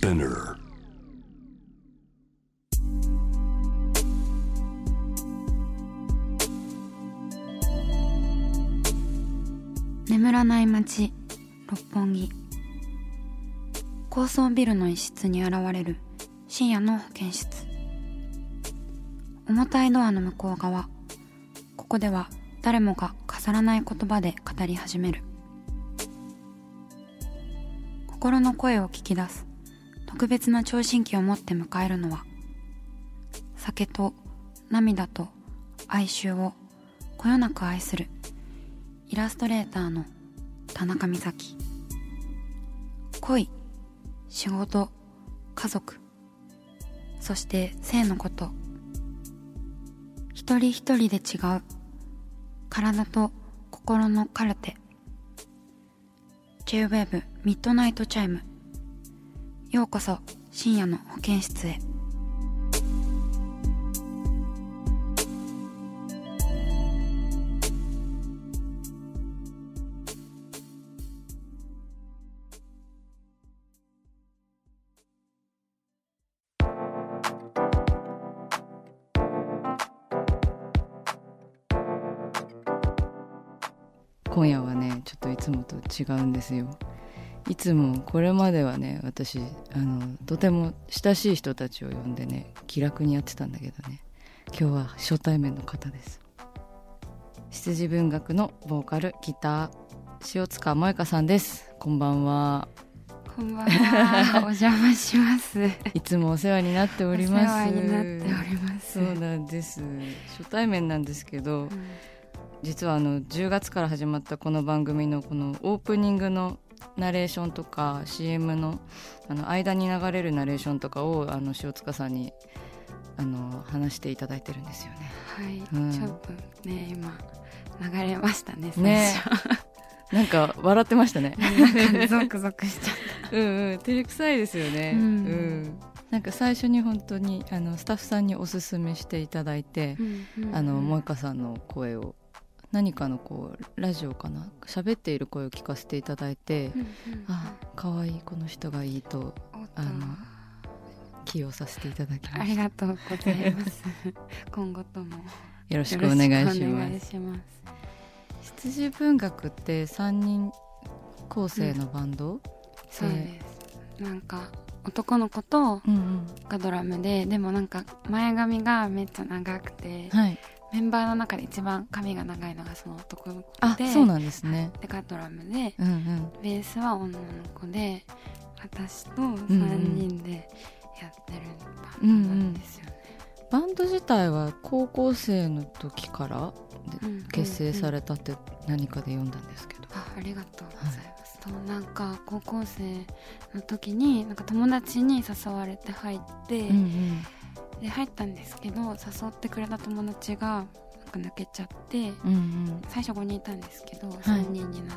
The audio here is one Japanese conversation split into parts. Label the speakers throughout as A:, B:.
A: Spinner.
B: 眠らない街六本木。高層ビルの一室に現れる深夜の保健室。重たいドアの向こう側、ここでは誰もが飾らない言葉で語り始める。心の声を聞き出す特別な聴診器を持って迎えるのは、酒と涙と哀愁をこよなく愛するイラストレーターの田中美咲。恋、仕事、家族、そして性のこと、一人一人で違う体と心のカルテ。 J-WAVE ミッドナイトチャイム。ようこそ深夜の保健室へ。
C: 今夜はねちょっといつもと違うんですよ。いつもこれまではね、私とても親しい人たちを呼んでね気楽にやってたんだけどね、今日は初対面の方です。羊文学のボーカルギター塩塚萌香さんです。こんばんは。
B: こんばんは。お邪魔します。
C: いつもお世話になっております。
B: お世話になっております。
C: そうなんです。初対面なんですけど、実は10月から始まったこの番組のこのオープニングのナレーションとか CM の間に流れるナレーションとかを塩塚さんに話していただいてるんですよね。
B: はい、ちょっとね今流れましたね最初
C: ね。なんか笑ってましたね。
B: なんかゾクゾクしちゃった
C: 照れくさいですよね。なんか最初に本当にスタッフさんにおすすめしていただいて、萌香さんの声を何かのラジオかな喋っている声を聞かせていただいて、あ、可愛いこの人がいいと起用させていただきました。
B: ありがとうございます今後とも
C: よろしくお願いします。羊文学って3人構成のバンド、
B: そうです。なんか男の子とがドラムで、でもなんか前髪がめっちゃ長くて、メンバーの中で一番髪が長いのがその男の子で、
C: そうなんですね。
B: でがドラムで、ベースは女の子で、私と3人でやってるバンドなんですよね。
C: バンド自体は高校生の時から結成されたって何かで読んだんですけど、
B: ありがとうございます。なんか高校生の時になんか友達に誘われて入って、で入ったんですけど、誘ってくれた友達がなんか抜けちゃって、最初5人いたんですけど3人になって、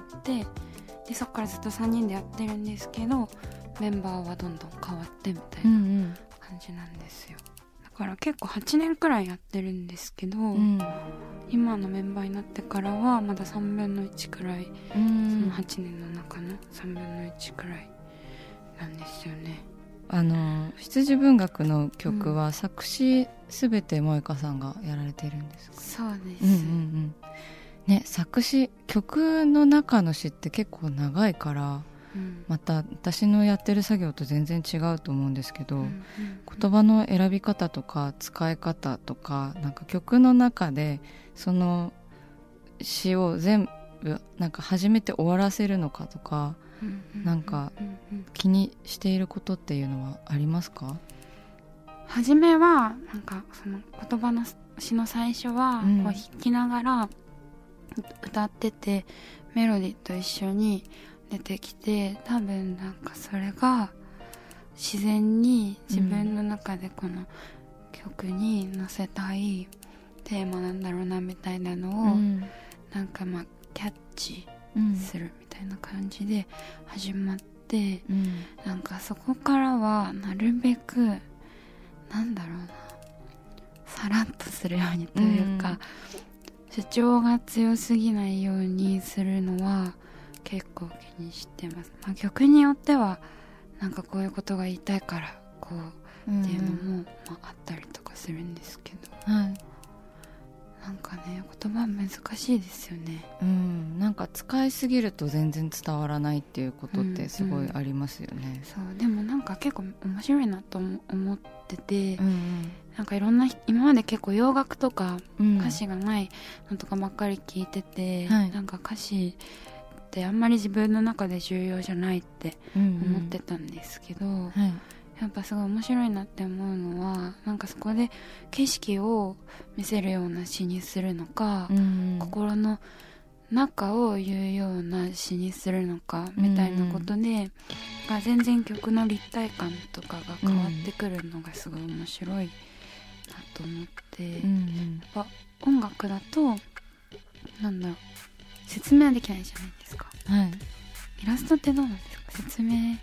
B: でそこからずっと3人でやってるんですけど、メンバーはどんどん変わってみたいな感じなんですよ。だから結構8年くらいやってるんですけど、今のメンバーになってからはまだ3分の1くらい、その8年の中の3分の1くらいなんですよね。
C: 羊文学の曲は作詞すべて萌香さんがやられているんですか？
B: そうです、
C: ね、作詞、曲の中の詩って結構長いから、また私のやってる作業と全然違うと思うんですけど、言葉の選び方とか使い方とか、なんか曲の中でその詩を全部なんか始めて終わらせるのかとか、なんか気にしていることっていうのはありますか？
B: 初めはなんかその言葉の詩の最初はこう弾きながら歌ってて、メロディーと一緒に出てきて、多分なんかそれが自然に自分の中でこの曲に乗せたいテーマなんだろうなみたいなのを、なんかまあキャッチするみたいな感じで始まって、なんかそこからはなるべくなんだろうな、さらっとするようにというか、主張が強すぎないようにするのは結構気にしてます。曲によってはなんかこういうことが言いたいからこうっていうのも、あったりとかするんですけど、なんかね言葉難しいですよね。
C: なんか使いすぎると全然伝わらないっていうことってすごいありますよね。
B: そうでもなんか結構面白いなと思ってて、なんかいろんな今まで結構洋楽とか歌詞がないのとかばっかり聞いてて、なんか歌詞ってあんまり自分の中で重要じゃないって思ってたんですけど、やっぱすごい面白いなって思うのは、なんかそこで景色を見せるような詩にするのか、心の中を言うような詩にするのかみたいなことで、全然曲の立体感とかが変わってくるのがすごい面白いなと思って、やっぱ音楽だとなんだろう、説明はできないじゃないですか。イラストってどうなんですか？説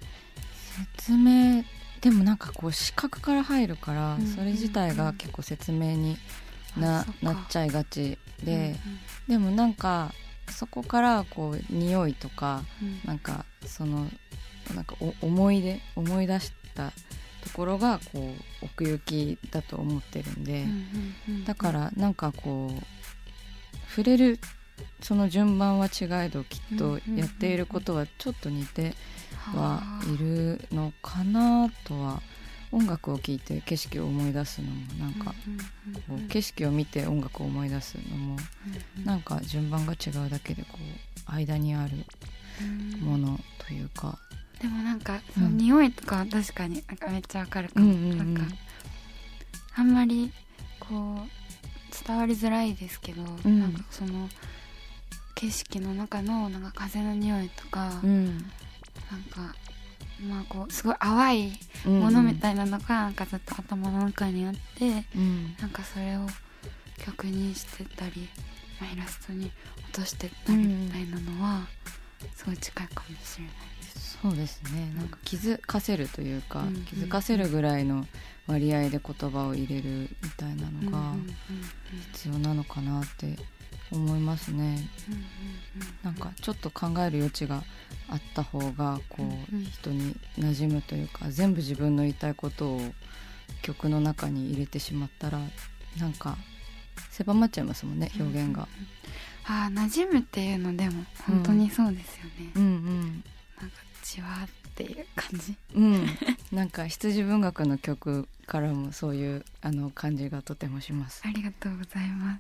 B: 明
C: でもなんかこう視覚から入るから、それ自体が結構説明に なっちゃいがちで、でもなんかそこからこう匂いとか、なんかそのなんか思い出したところがこう奥行きだと思ってるんで、だからなんかこう触れるその順番は違えど、きっとやっていることはちょっと似てはいるのかなとは。音楽を聴いて景色を思い出すのもなんかこう景色を見て音楽を思い出すのもなんか順番が違うだけでこう間にあるものというか。
B: でもなんかその匂いとかは確かになんかめっちゃわかるかも。なんかあんまりこう伝わりづらいですけど、なんかその景色の中のなんか風の匂いとか、なんかこうすごい淡いものみたいなのがなんかずっと頭の中にあって、なんかそれを曲にしてたり、イラストに落としてったりみたいなのはすごい近いかもしれないです。
C: そうですね。なんか気づかせるというか、気づかせるぐらいの割合で言葉を入れるみたいなのが必要なのかなって思いますね。なんかちょっと考える余地があった方がこう人に馴染むというか、全部自分の言いたいことを曲の中に入れてしまったらなんか狭まっちゃいますもんね、表現が。
B: 馴染むっていうのでも本当にそうですよね。なんかじわーっていう感じ。
C: なんか羊文学の曲からもそういう感じがとてもします。
B: ありがとうございます。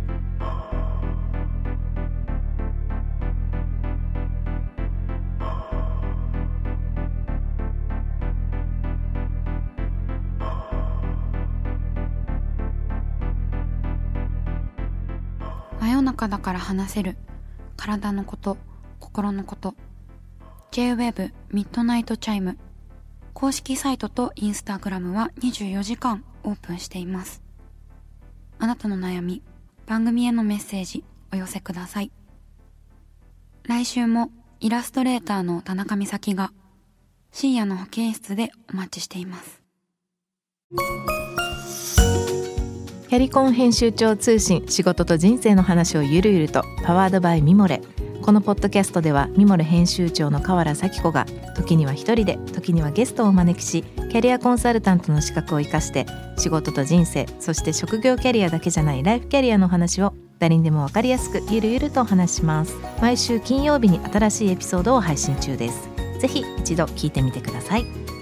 B: 真夜中だから話せる体のこと、心のこと。 J-WAVE ミッドナイトチャイム公式サイトとインスタグラムは24時間オープンしています。あなたの悩み、番組へのメッセージお寄せください。来週もイラストレーターの田中美咲が深夜の保健室でお待ちしています。
A: キャリコン編集長通信、仕事と人生の話をゆるゆると、パワードバイミモレ。このポッドキャストではミモレ編集長の河原咲子が時には一人で、時にはゲストをお招きし、キャリアコンサルタントの資格を生かして仕事と人生、そして職業キャリアだけじゃないライフキャリアの話を誰にでも分かりやすくゆるゆるとお話します。毎週金曜日に新しいエピソードを配信中です。ぜひ一度聞いてみてください。